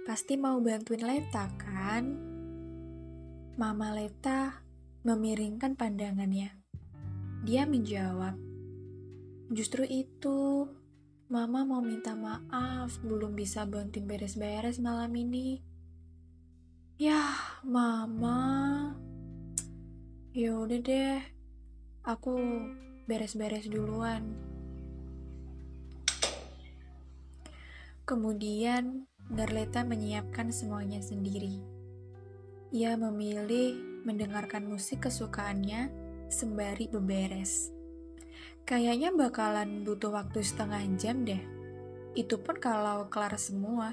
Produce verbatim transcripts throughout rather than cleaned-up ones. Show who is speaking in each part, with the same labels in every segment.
Speaker 1: pasti mau bantuin Leta, kan? Mama Leta memiringkan pandangannya. Dia menjawab, justru itu, Mama mau minta maaf belum bisa bantuin beres-beres malam ini. Yah, Mama. Yaudah deh, aku beres-beres duluan. Kemudian, Garleta menyiapkan semuanya sendiri. Ia memilih mendengarkan musik kesukaannya sembari beberes. Kayaknya bakalan butuh waktu setengah jam deh. Itu pun kalau kelar semua.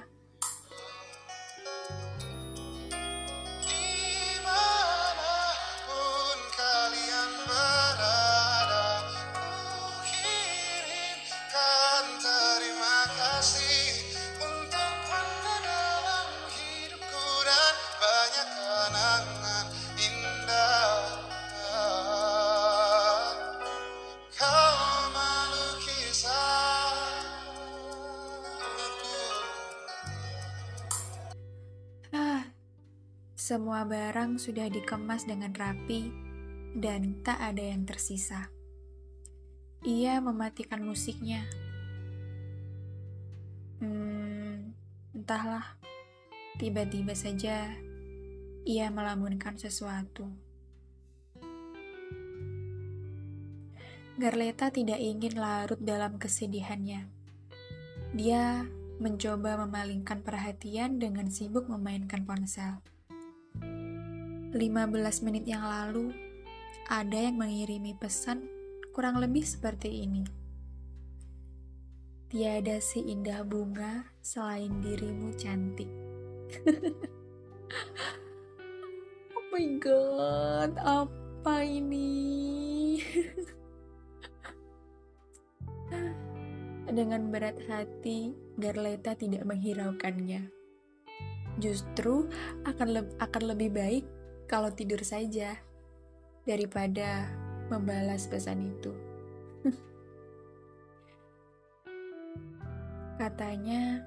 Speaker 2: Dimanapun kalian berada, ku kirimkan terima kasih untuk Anda dalam hidupku dan banyak kenangan indah. Kau melukisku.
Speaker 1: Ah, semua barang sudah dikemas dengan rapi dan tak ada yang tersisa. Ia mematikan musiknya. Hmm, entahlah. Tiba-tiba saja ia melamunkan sesuatu. Garleta tidak ingin larut dalam kesedihannya. Dia mencoba memalingkan perhatian dengan sibuk memainkan ponsel. lima belas menit yang lalu, ada yang mengirimi pesan kurang lebih seperti ini. Tiada seindah bunga selain dirimu cantik. Oh my god, apa ini? Dengan berat hati, Garleta tidak menghiraukannya. Justru akan, le- akan lebih baik kalau tidur saja daripada membalas pesan itu. Katanya,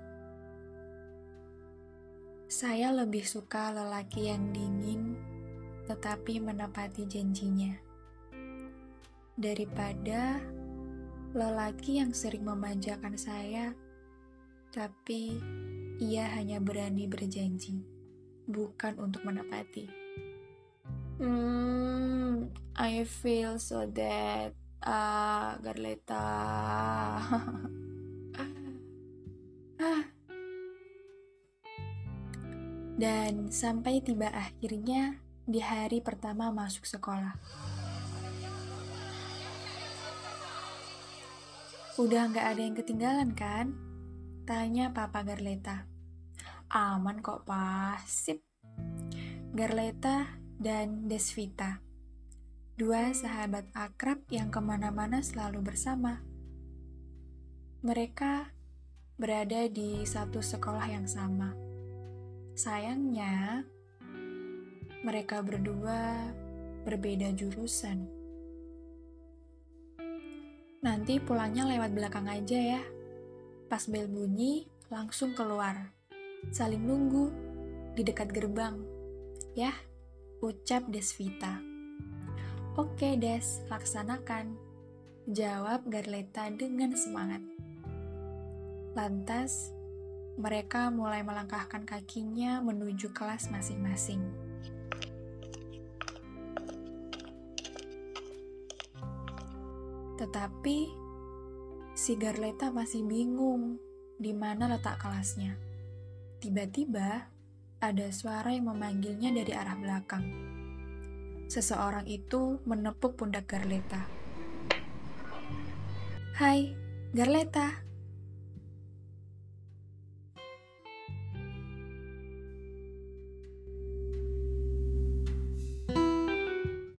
Speaker 1: saya lebih suka lelaki yang dingin tetapi menepati janjinya daripada lelaki yang sering memanjakan saya tapi ia hanya berani berjanji, bukan untuk menepati. Hmm, I feel so dead. Ah, Garleta. Dan sampai tiba akhirnya di hari pertama masuk sekolah. Udah nggak ada yang ketinggalan kan? Tanya Papa Garleta. Aman kok, Pak. Sip. Garleta dan Desvita. Dua sahabat akrab yang kemana-mana selalu bersama. Mereka berada di satu sekolah yang sama. Sayangnya, mereka berdua berbeda jurusan. Nanti pulangnya lewat belakang aja ya. Pas bel bunyi, langsung keluar. Saling nunggu di dekat gerbang. Ya, ucap Desvita. Oke Des, laksanakan. Jawab Garleta dengan semangat. Lantas, mereka mulai melangkahkan kakinya menuju kelas masing-masing. Tetapi, si Garleta masih bingung di mana letak kelasnya. Tiba-tiba, ada suara yang memanggilnya dari arah belakang. Seseorang itu menepuk pundak Garleta. Hai, Garleta.